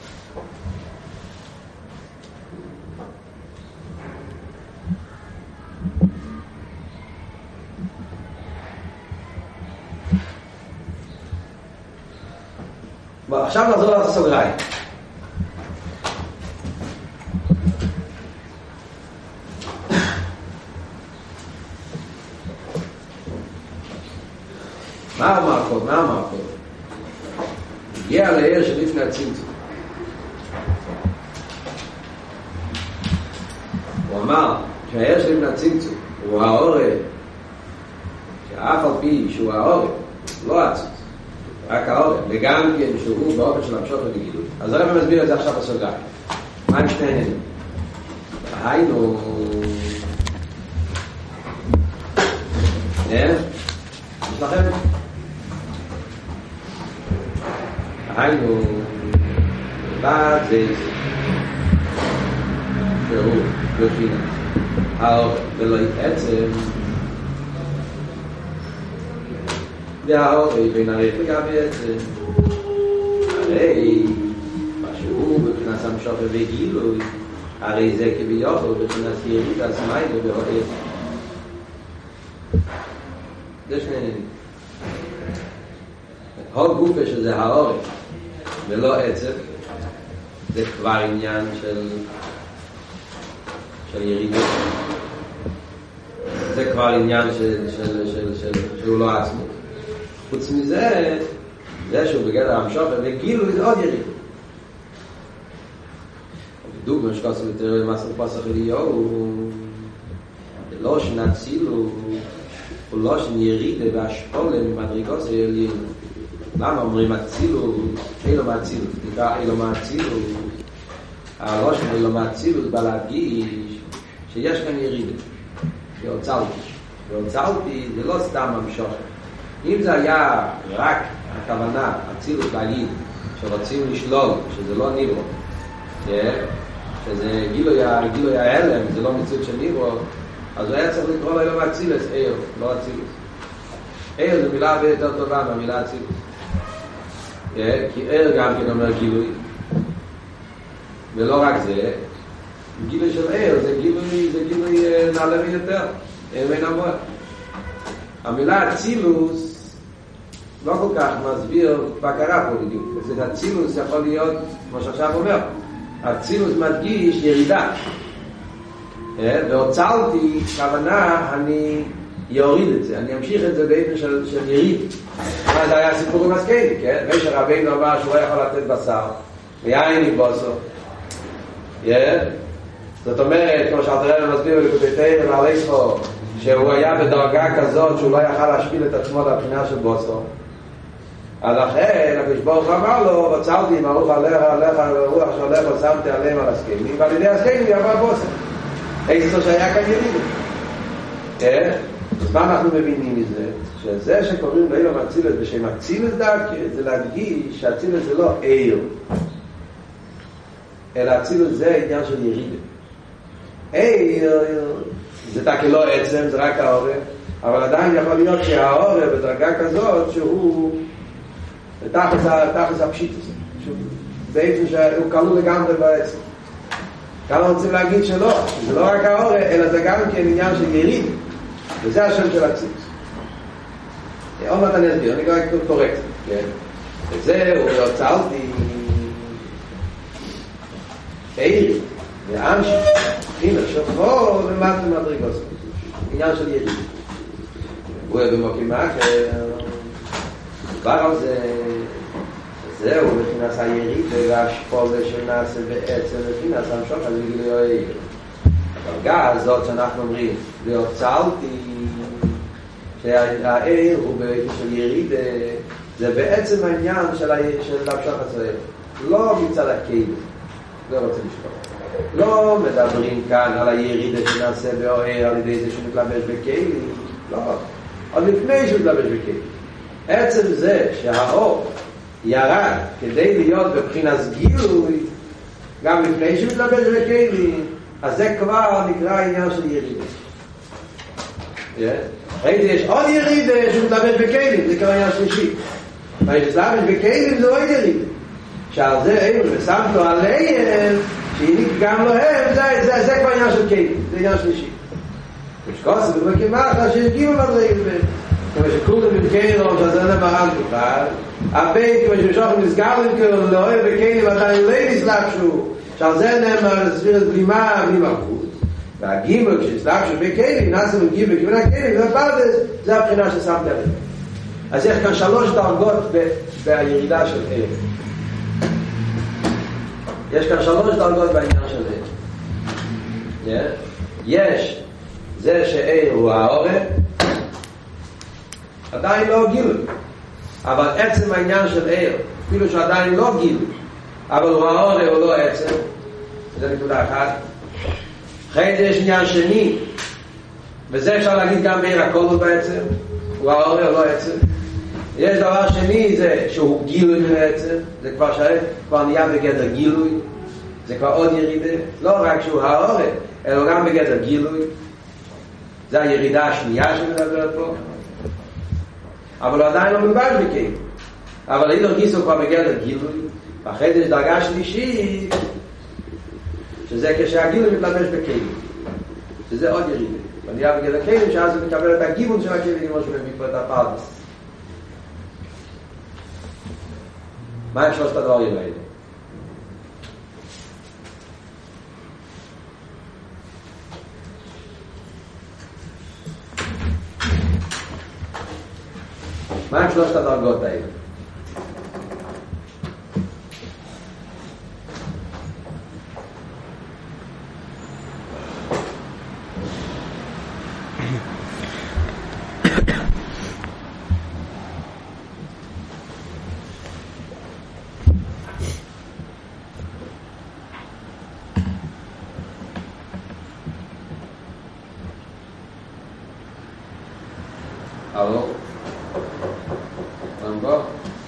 עכשיו נחזור לעשות סוגריים. מה אמר פה? הגיע לעיר שלפני הצמצום. הוא אמר שהעיר שלפני הצמצום הוא העורף, שאף על פי שהוא העורף, לא הצמצום, רק העורף, וגם כן שהוא באופן של המשוך וגילוי. אז הרב מסביר את זה עכשיו בסוגריים. מה עם שני עניינים? היינו יש לכם? היינו בעד זה שהוא בחינה העורף ולא עצם והעורף בין הרף וגם בעצם הרי מה שהוא בבחינת המשוך וגילוי הרי זה כביכול בבחינת יריד עצמאי ובעורף זה שני עניינים כל גופה שזה העורף ולא עצב זה כבר עניין של ירידות זה כבר עניין שהוא לא עצמו חוץ מזה זה שהוא בגדר המשוך וגילו זה עוד ירידות בדוגמה שקוסו יותר מסר פסח אליהו לא שנצילו הוא לא שנרידה והשפולה ממדרגות זה ילינו למה אומרים הצילו אילו מהצילו תקרא אילו מהצילו הראש אילו מהצילו זה בא להדגיש שיש כאן ירידה והוצלתי זה לא סתם המשוך אם זה היה רק הכוונה הצילו להגיד שרוצים לשלול שזה לא ניברו שזה גילוי ההלם זה לא מציאות של ניברו אז הוא היה צריך לקרוא לו אילו מהצילס אילו לא הצילוס אילו זה מילה הרבה יותר טובה מהמילה הצילוס כי ער גם כן אומר גילוי ולא רק זה גילוי של ער זה גילוי נעלה יותר אין המוער המילה צילוס לא כל כך מסביר בקרה פה בדיוק זה הצילוס יכול להיות כמו שעכשיו אומר הצילוס מדגיש ירידה והוצלתי כוונה אני יוריד את זה, אני אמשיך את זה באופן של יריד. זה היה סיפור עם הסקיילי, כן? משה רבינו אמר שהוא לא יכול לתת בשר, ויין עם בוסו. זאת אומרת, כמו שאלתר רבי מסביר בליקוטי תורה ועלי ספור, שהוא היה בדרגה כזאת שהוא לא יכול להשפיל את עצמו לבחינה של בוסו. אז לכן, הקדוש ברוך הוא אמר לו, בצלתי עם הרוח עליך, הרוח שהולך ושמתי עליהם על הסקיילים, ועל ידי הסקיילים יבוא בוסו. איסו שהיה כאן יריד. אז מה אנחנו מבינים מזה? שזה שקוראים לאילו מצילת בשם מצילת דווקא זה להדגיש שהצילת זה לא איר אלא הצילת זה עניין של ירידה איר זה תקי לא עצם זה רק העורף אבל עדיין יכול להיות שהעורף בדרגה כזאת שהוא תחס הפשיטוס זה איפה שהוא כלול לגמרי בעצם כאן רוצים להגיד שלא זה לא רק העורף אלא זה גם כן עניין של ירידה וזה השם של הצילוס עוד מעט אני אסביר, אני כבר קורקט וזהו, הוצאלתי עיר ואנשי הנה, שופו למטה מדרגות עניין של יריד הוא במוקים אחר דבר על זה זהו, מבחינת היריד והשפולה שנעשה בעצם מבחינת המשוך על גילוי העיר הדרגה הזאת שאנחנו אומרים, והוצלתי, שהעיר הוא באופן של יריד, זה בעצם העניין של המשך הצעיר. לא מצד הכלים, לא רוצה לשכוח. לא מדברים כאן על הירידה שנעשה באוהר על ידי זה שמתלבש בכלים, לא. עוד לפני שהוא מתלבש בכלים. עצם זה שהאור ירד כדי להיות בבחינת גילוי, גם לפני שהוא מתלבש בכלים, אז זה כבר נקרא העניין של ירידה. ראיתי, יש עוד ירידה שהוא מתלבש בכלים, זה כבר העניין שלישי. מתלבש בכלים זה עוד ירידה. שעל זה אינו ושמתו עליהם שהניק גם להם, זה כבר עניין של כלים, זה עניין שלישי. ושקוסם ובכמחה שהגיעו לדברים כמו שכולם עם כלים שזה נמרן בכלל הבית כמו שמשוכם נסגרים כאילו לא אוהב בכלים עדיין לא נסלבשו שעל זה נאמר לסביר את בלימה בלי מלכות והגימל כשנסלבשו בכלים נעשו וגימל בכיוון הכלים זה פרדס, זה הבחינה ששמת עליהם. אז יש כאן 3 דרגות בירידה של ערך. יש כאן 3 דרגות בעניין של עיר. יש זה שעיר הוא העורף, עדיין לא גילוי, אבל עצם העניין של עיר, אפילו שעדיין לא גילוי, אבל הוא העורף הוא לא עצם, זה נקודה אחת. אחרי זה יש עניין שני, וזה אפשר להגיד גם בעיר הכל הוא בעצם, הוא העורף הוא לא עצם. יש דבר שני זה שהוא גילוי בעצם, זה כבר נהיה בגדר גילוי, זה כבר עוד ירידה, לא רק שהוא העורף, אלא גם בגדר גילוי, זה הירידה השנייה שמדבר פה, אבל הוא עדיין לא מלבש בכלים, אבל אידור גיסו כבר בגדר גילוי, ואחרי זה יש דרגה שלישית, שזה כשהגילוי מתלבש בכלים, שזה עוד ירידה, ונהיה בגדר כלים שאז הוא מקבל את הגיוון של הכלים כמו שמביא פה את הפרדס. מה הם 3 הדברים האלה? מה הם 3 הדרגות האלה? Alô? Vamos embora?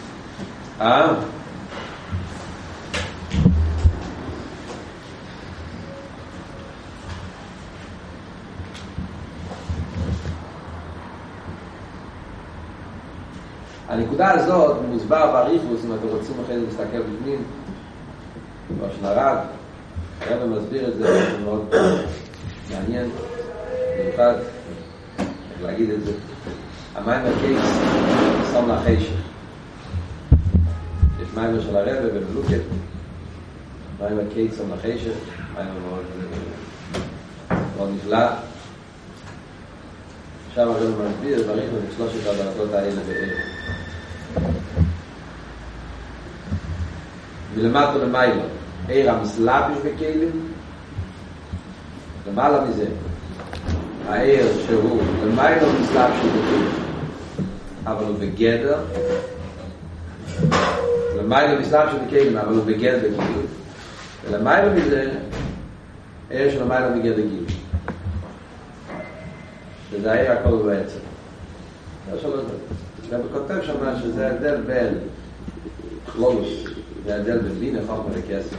הנקודה הזאת מוסבר באריכוס, אם אתם רוצים אחרי זה להסתכל בפנים, בראשון הרב, הרב מסביר את זה מאוד מעניין, במיוחד, איך להגיד את זה. המים הקייס שם לחשך. יש מים של הרב ובמלוקת. מים הקייס שם לחשך. מים מאוד נפלא. עכשיו הרב מסביר דברים את 3 הדרגות האלה בערך. מלמטה למיילו. עיר המסלבש בכלים. למעלה מזה. העיר שהוא למיילו מסלבש בכלים. אבל הוא בגדר למיילו מסלב של בכלים אבל הוא בגדר בגילוי ולמיילו מזה עיר של למיילו בגדר גילוי שזה העיר הכל בעצם גם כותב שם שזה ההבדל בין כלולוס זה ההבדל בין בין חוכמה וכסף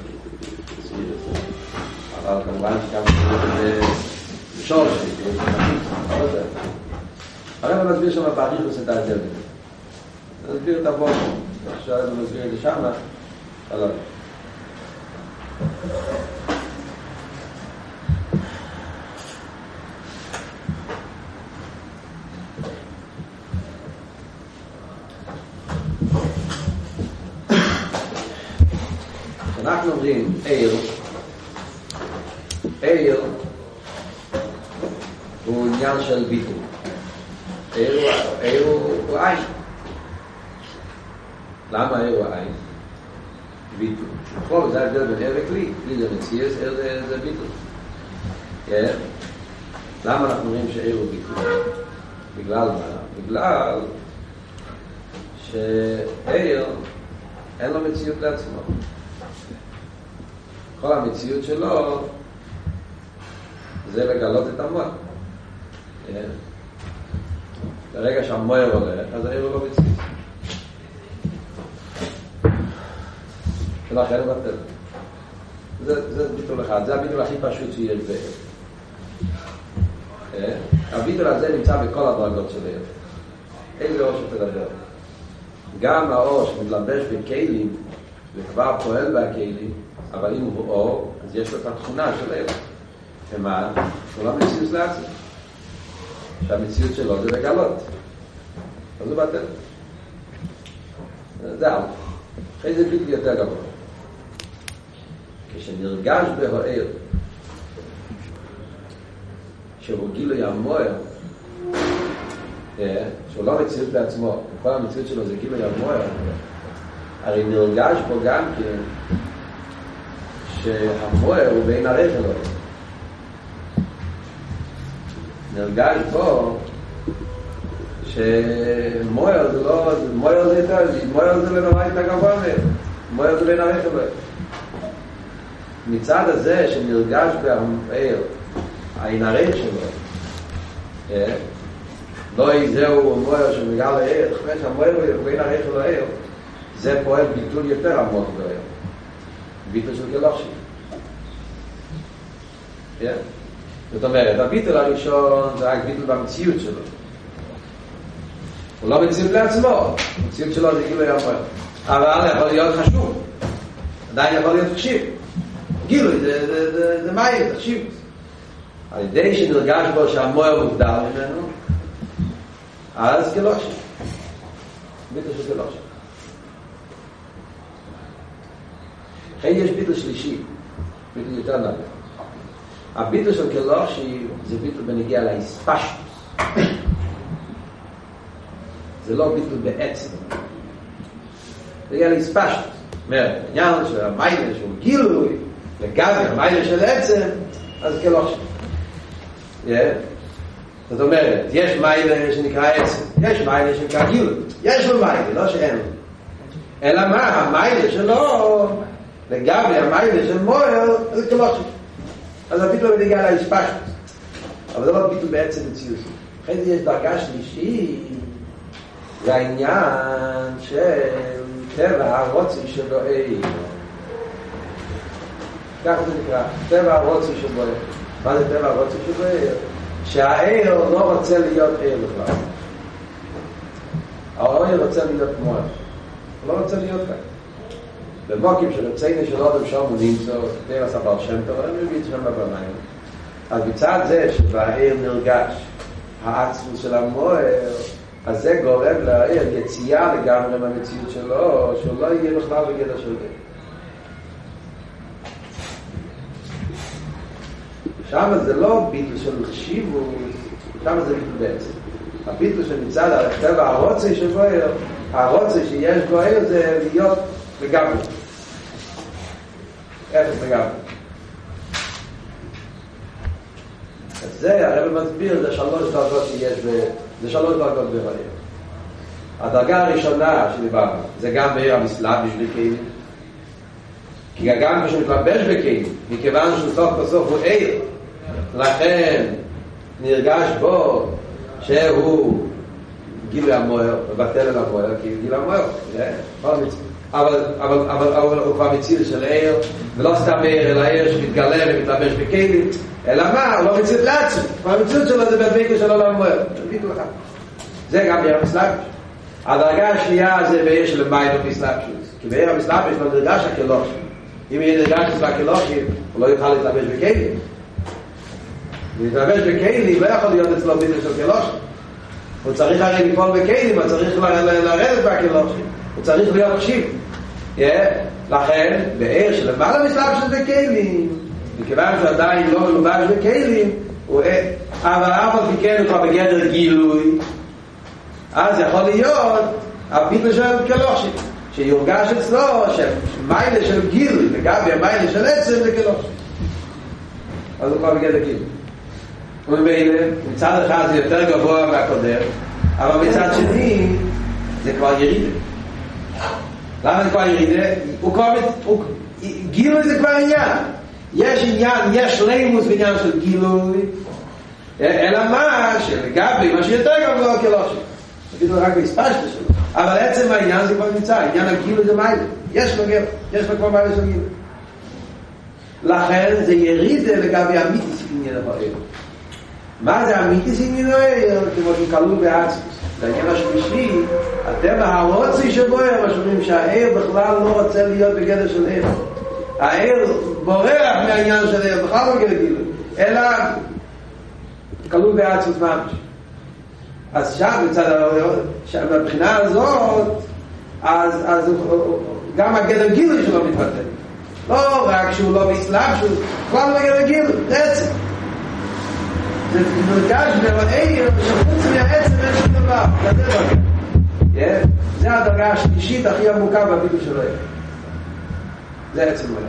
אבל כמובן שכמה זה שורש הרב מסביר שם באריכוס את ההבדל בזה. נסביר את הבוקר. עכשיו הוא מסביר את זה שם. הלאה. כשאנחנו אומרים עיר הוא עניין של ביטול. עיר הוא עין. למה עיר הוא עין? ביטול. זה ההבדל בין עיר וכלי. כלי זה מציאס, עיר זה ביטול. כן? למה אנחנו אומרים שאיר הוא ביטול? בגלל מה? בגלל שאיר אין לו מציאות לעצמו. כל המציאות שלו זה לגלות את המוח. כן? ברגע שהמוח הולך, אז העיר הוא לא מציאות. ולכן הוא בטל. זה ביטול אחד, זה הביטול הכי פשוט שיש בעיר. הביטול הזה נמצא בכל הדרגות של העיר. איזה אור שתדבר. גם האור שמתלבש בכלים וכבר פועל בכלים, אבל אם הוא אור, אז יש לו את התכונה של העיר. ומה? הוא לא מציאות לעצמו. שהמציאות שלו זה לגלות. אז הוא בטל. זהו. אחרי זה ביטול יותר גבוה. כשנרגש בהוער שהוא גילוי המוער, שהוא לא מציאות לעצמו, כל המציאות שלו זה גילוי המוער, הרי נרגש פה גם כן שהמוער הוא בין הרכב. נרגש פה שמוער זה לא, מוער זה יותר, מוער זה לנורא את הגבוה מהם, מוער זה בין הרכב. מצד הזה שנרגש בהעיר העין הרך שלו, לא איזהו מוער שמגל העיר, חמש המוער הוא בין הרך של העיר, זה פועל ביטול יותר עמוק בעיר, ביטול של גלושי. זאת אומרת, הביטול הראשון זה רק ביטול במציאות שלו, הוא לא מציאות לעצמו, המציאות שלו זה גילוי המוער, אבל יכול להיות חשוב, עדיין יכול להיות חשיב. גילוי, זה מים, תחשיב. על ידי שנרגש בו שהמוער מוגדר ממנו, אז גלושי. ביטול של גלושי. אחרי יש ביטול שלישי, ביטול יותר נגד. הביטול של גלושי זה ביטול בנגיע להספשטוס. זה לא ביטול בעצם. זה נגיע להספשטוס. זאת אומרת, העניין של המיילה שהוא גילוי, לגבי המיילה של עצם, אז גלושי. זאת אומרת, יש מיילה שנקרא עצם, יש מיילה שנקרא גילוי, יש לו מיילה, לא שאין לו. אלא מה? המיילה שלו, לגבי המיילה של מוער, זה גלושי. אז הביטול בנגיע להספשטוס. אבל זה לא ביטול בעצם מציאות. אחרי זה יש דרגה שלישית, זה העניין של טבע הרוצי שבו עיר. ככה זה נקרא, טבע הרוצי שבו עיר. מה זה טבע הרוצי שבו עיר? שהעיר לא רוצה להיות עיר בכלל. העיר רוצה להיות מוער. הוא לא רוצה להיות כאן. במוקים שרצינו של אודם שם הוא נמצא, טבע סבר שם טוב, אני מביא את שם בבניים. אז מצד זה שבעיר נרגש העצמות של המוער, אז זה גורם לעיר יציאה לגמרי מהמציאות שלו, שהוא לא יהיה בכלל בגדר של זה. שם זה לא ביטול של חשיבות, שם זה ביטול בעצם. הביטול שמצד על הטבע הרוצי שבו עיר, הרוצי שיש בו עיר זה להיות לגמרי. אפס לגמרי. אז זה הרב מסביר, זה שלוש דרגות שיש זה שלוש דרגות בעיר. הדרגה הראשונה שדיברנו זה גם בעיר המסלבש בכלים, כי גם כשמתלבש בכלים, מכיוון שהוא סוף בסוף הוא עיר, לכן נרגש בו שהוא גילוי המוער, מבטל על המוער, כי גילוי המוער, אבל הוא כבר מציל של עיר, ולא סתם עיר, אלא עיר שמתגלה ומתלבש בכלים, אלא מה? הוא לא מציל לעצמו, המציאות שלו זה בדביקה של עולם המוער. זה גם בעיר המסלבש. הדרגה השנייה זה בעיר של מים המסלבש, כי בעיר המסלבש לא נרגש הקלוש. אם יהיה נרגש אצל הקלוש, הוא לא יוכל להתלבש בכלים. להתלבש בכלים לא יכול להיות אצלו ביטול של קלוש. הוא צריך הרי לפעול בכלים, הוא צריך לרדת בקלוש, הוא צריך להיות חשיב. לכן בעיר של למעלה מסלבש של בכלים, מכיוון שעדיין לא מלובש בכלים, אבל אף כן הוא כבר בגדר גילוי, אז יכול להיות הביטול של קלושי, שיורגש אצלו שמיילה של גילוי לגבי המיילה של עצם זה קלושי, אז הוא כבר בגדר גילוי. וממילא, מצד אחד זה יותר גבוה מהקודם, אבל מצד שני, זה כבר ירידה. למה זה כבר ירידה? גילוי זה כבר עניין. יש עניין, יש שלימוס בעניין של גילוי, אלא מה? שלגבי, מה שיותר גבוה כלושי. תגידו רק בהספשת שלו. אבל עצם העניין זה כבר נמצא, עניין הגילוי זה מיילה. יש לו כבר מיילה של גילוי. לכן זה ירידה לגבי אמיתיס עניין העיר. מה זה אמיתיס עניין העיר? כמו שכלול בעצמוס. לעניין השלישי, הטבע הרוצי שבו משמעים שהעיר בכלל לא רוצה להיות בגדר של עיר. העיר בורח מהעניין של העיר, בכלל לא בגדר גילוי, אלא כלול בעצמוס ממש. אז שם מבחינה הזאת, אז גם הגדר גילוי שלו מתבטל. לא רק שהוא לא באסלאם, שהוא כבר לא בגדר גילוי, זה עצם. זה מרגש בעיר שחוץ מהעצם אין שום דבר. זה הדרגה השלישית הכי עמוקה בביטוי שלו. זה עצם מלא.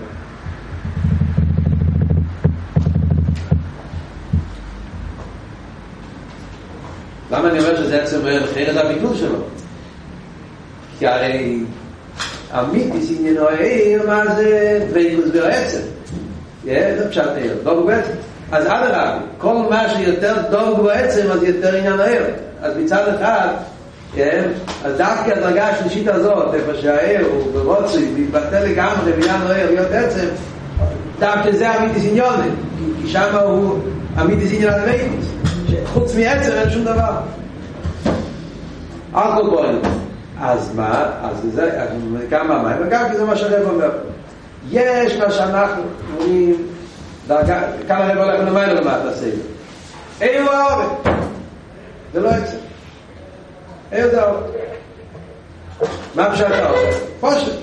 למה אני אומר שזה עצם מלא? אחרת הביטוי שלו. כי הרי אמיתיס עניינו העיר, מה זה דבקות בעצם? זה פשט העיר, לא בעצם. אז עד הרב, כל מה שיותר דוג בעצם, אז יותר עניין העיר. אז מצד אחד, אז דווקא הדרגה השלישית הזאת, איפה שהעיר הוא ברוצי, מתבטל לגמרי בעניין העיר, להיות עצם, דווקא זה אמיתיס עניוני, כי שם הוא אמיתיס עניין הדבקות, שחוץ מעצם אין שום דבר. על כל פועל. אז מה? אז זה, כמה מים, וגם כי זה מה שהרב אומר. יש מה שאנחנו אומרים, כאן הרב הולך למעלה למטה לסייב. איהו העורף. זה לא עצם. איהו זה העורף. מה פשט העורף? פושט.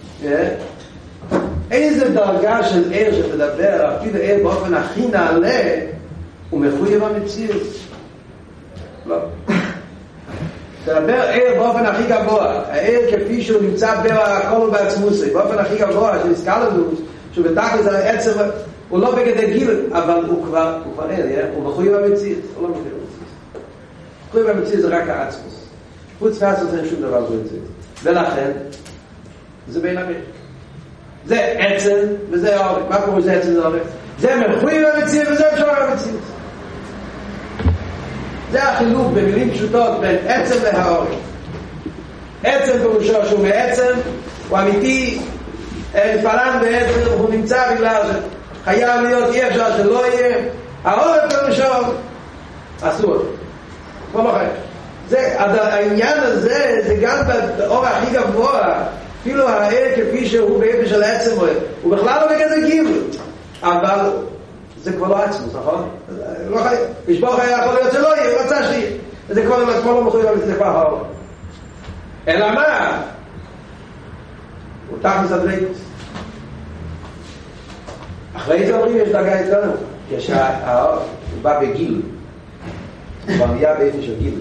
איזה דרגה של עיר שתדבר, אפילו עיר באופן הכי נעלה, הוא מחויב המציאות. לא. תדבר עיר באופן הכי גבוה. העיר כפי שהוא נמצא בכל בעצמוסי, באופן הכי גבוה, שנזכר לנו, שהוא בתכלס זה עצם, הוא לא בגדר גיל, אבל הוא כבר עיר, הוא מחויב המציאות, הוא לא מחויב המציאות. מחויב המציאות זה רק העצמוס. חוץ מעצמוס אין שום דבר במציאות. ולכן, זה בין המציאות. זה עצם וזה העורף. מה קורה שזה עצם וזה העורף? זה מחויב המציאות וזה אפשר המציאות. זה החילוק במילים פשוטות בין עצם והעורף. עצם פירושו שהוא מעצם, הוא אמיתי, נפעלן בעצם, הוא נמצא בגלל שחייב להיות, אי אפשר שלא יהיה. העורף פירושו אסור, כמו לא חייב. העניין הזה זה גם באור הכי גבוה, אפילו העיר כפי שהוא באיפה של העצם הוא בכלל לא בגדר גיל, אבל זה כבר לא עצמוס, נכון? לא חייב. לשבור חייב יכול להיות שלא יהיה, הוא רצה שיהיה. וזה כבר לא מחויב על זה כבר העורף. אלא מה? הוא תכלס הדבקות. אחרי זה אומרים יש דרגה אצלנו. כשהעורף הוא בא בגיל, הוא כבר נהיה באיפה של גיל.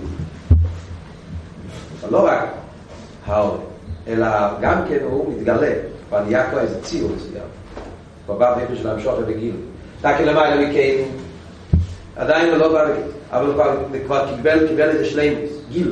אבל לא רק העורף, אלא גם כן הוא מתגלה. כבר נהיה כבר איזה ציור מסוים. הוא בא באיפה של המשוך בגיל. תקי למעלה מכן, עדיין הוא לא בא בגיל, אבל הוא כבר קיבל איזה שלימוס, גיל.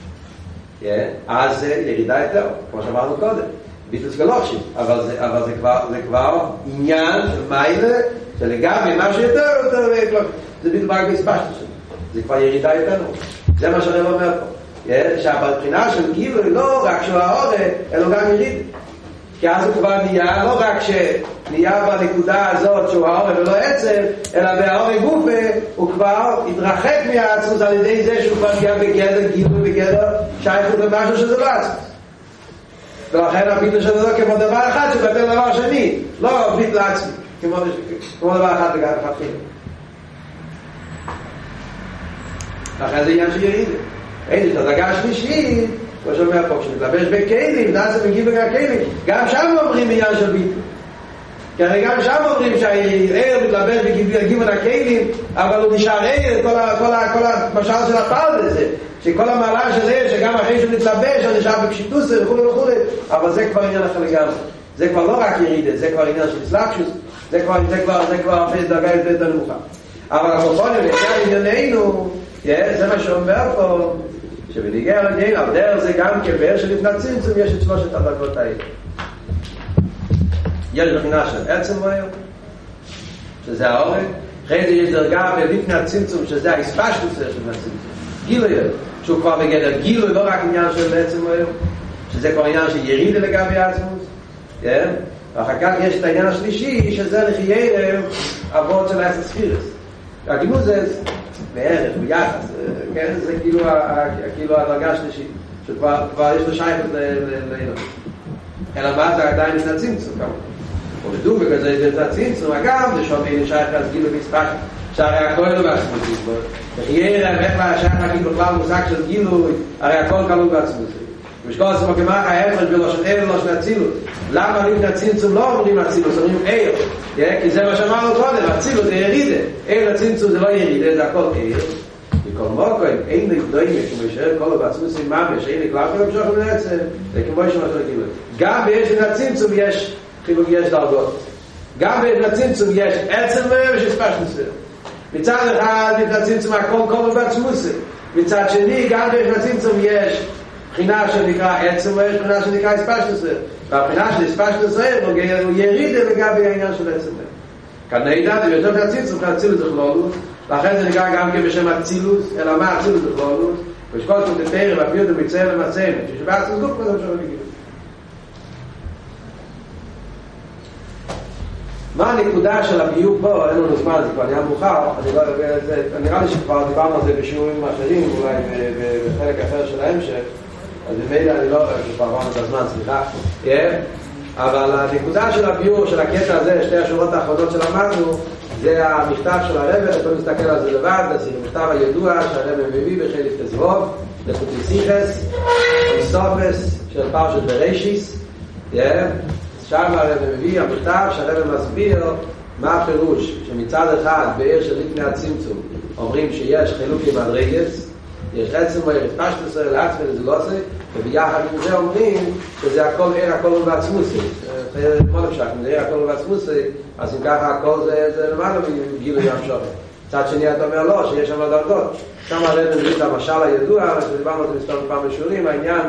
אז זה ירידה יותר, כמו שאמרנו קודם, ביטלס גלוקשים, אבל זה כבר עניין של מיילה, שלגבי מה שיותר, זה ביטל רק בספשת שלו, זה כבר ירידה יותר. זה מה שהרב אומר פה, שהבחינה של גיל הוא לא רק שהוא העורף, אלא גם יריד. כי אז הוא כבר נהיה, לא רק שנהיה בנקודה הזאת שהוא העורף ולא עצם, אלא בהעורף גופה הוא כבר התרחק מהעצמוס על ידי זה שהוא כבר נהיה בגדר גידול, בגדר שייכות למשהו שזה לא עצמוס. ולכן הביטל שזה לא כמו דבר אחד שבטל דבר שני, לא ביטל עצמי, כמו דבר אחד בגלל אחד חיל. לכן זה עניין של ירידה. אין את הדרגה השלישית, כמו שאומר פה, כשמתלבש בכלים, נעשה מגיב בכלים, גם שם אומרים עניין של ביטל. כי הרי גם שם אומרים שהעיר מתלבש בגיוון הכלים, אבל הוא נשאר עיר, כל המשל של הפעל לזה, שכל המעלה של עיר, שגם אחרי שהוא מתלבש, הוא נשאר בקשיטוס וכו', אבל זה כבר עניין אחר לגמרי. זה כבר לא רק ירידה, זה כבר עניין של סלאפשוס, זה כבר דרגה יותר נמוכה. אבל הקופונים נגיע לענייננו, זה מה שאומר פה, שבנגיע לענייננו, על דרך זה גם כבאר שלפני צמצום יש את שלושת הדרגות האלה. יש בחינה של עצם מויר, שזה העורק, אחרי זה יש דרגה בלפני הצמצום, שזה ההספשטות של הצמצום, גילוי, שהוא כבר בגדר גילוי, לא רק עניין של עצם מויר, שזה כבר עניין של ירידה לגבי עצמוס, ואחר כך יש את העניין השלישי, שזה לחיירם אבות של העשר ספירס. הגימות זה בערך, ביחס, זה כאילו הדרגה השלישית, שכבר יש לו שייכות לאילון. אלא מה זה עדיין לפני הצמצום כמובן. ובדוג וכזה יש לפני הצמצום, אגב, זה שומעים שייך להסגיל במספק, שהרי הכל לא בעצמות לסבור. לחיירם, איך מהשייך להגיד בכלל מושג של גילוי, הרי הכל כלול בעצמות. ושכל עצמו כמח ההפרש בלושן אל ולושן הצילות. למה לפני הצמצום לא אומרים הצילות, אומרים אל, כי זה מה שאמרנו קודם, הצילות זה ירידה, אל הצמצום זה לא ירידה, זה הכל אל. וכל מוקו, אין נקדוימת, כמו ישאר כל בעצמות ממש, אין נקלר כל המשוך מנעצם, זה כמו ישאר משהו נקילות. גם ביש לפני הצמצום יש חילוק, יש דרגות. גם ביש לפני הצמצום יש עצם ויש פשטוס. מצד אחד לפני הצמצום הכל כל בעצמות. מצד שני, גם ביש לפני הצמצום יש בחינה שנקרא עצם ויש בחינה שנקרא הספשטוס. והבחינה של הספשטוס הוא ירידה לגבי העניין של עצם. כאן נדע, זה יותר מהצמצום, הצילות זה כלולות, ואחרי זה נקרא גם כן בשם הצילוס, אלא מה הצילוס זה כלולות, ושכל זאת תתאר והפיוט ומצא ומצא, ששבעת סגוק מה זה משהו נגיד. מה הנקודה של הביוק פה? אין לנו זמן, זה כבר נהיה מאוחר, נראה לי שכבר דיברנו על זה בשיעורים אחרים, אולי בחלק אחר של ההמשך, אז במילא אני לא כבר עברנו את הזמן, סליחה. אבל הנקודה של הביור של הקטע הזה, שתי השורות האחרונות שלמדנו, זה המכתב של הרב, אתה מסתכל על זה לבד, זה המכתב הידוע שהרב מביא בחלק תזרוב, לפוטיסיכס, סופס של פרשת בראשיס, שם הרב מביא המכתב שהרב מסביר מה הפירוש, שמצד אחד באר של לפני הצמצום אומרים שיש חילוק עם הדרגס, יש עצם ויש פשטוס לעצמי לזה לא עושה, וביחד עם זה אומרים שזה הכל עיר, הכל הוא בעצמוסי. כמו נפשק, אם זה עיר, הכל הוא בעצמוסי, אז אם ככה הכל זה למעלה מגילוי ים שווה. צד שני אתה אומר לא, שיש שם דרגות. שם הרב מביא את המשל הידוע, שדיברנו את מספר פעם בשיעורים, העניין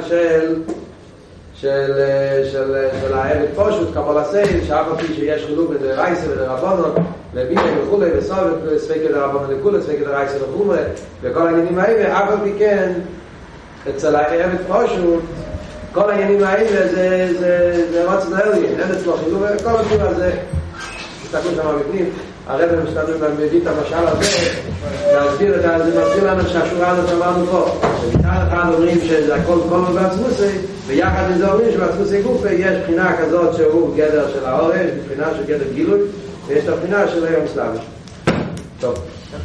של העבד פשוט, כמו לסייל, שאף על פי שיש חילוק בדרייסה ודרבונות, ובינה וכולי, וסובב, ספקת דרבונות לכולי, ספקת דרייסה וכולי, וכל העניינים האלה, אף על פי כן, אצל העבד פשוט, כל העניינים האלה זה רוצן העליין, אין אצלו חילוק, כל הדבר הזה, תסתכלו שם בפנים, הרב מביא את המשל הזה, להסביר את זה, זה מסביר לנו שהשורה הזאת אמרנו פה, ומצד אחד אומרים שזה הכל כל בעצמוסי, ויחד עם זה אומרים שבעצמוסי גופה יש בחינה כזאת שהוא גדר של האורש, בחינה של גדר גילוי, ויש את הבחינה של היום סלאמי. טוב.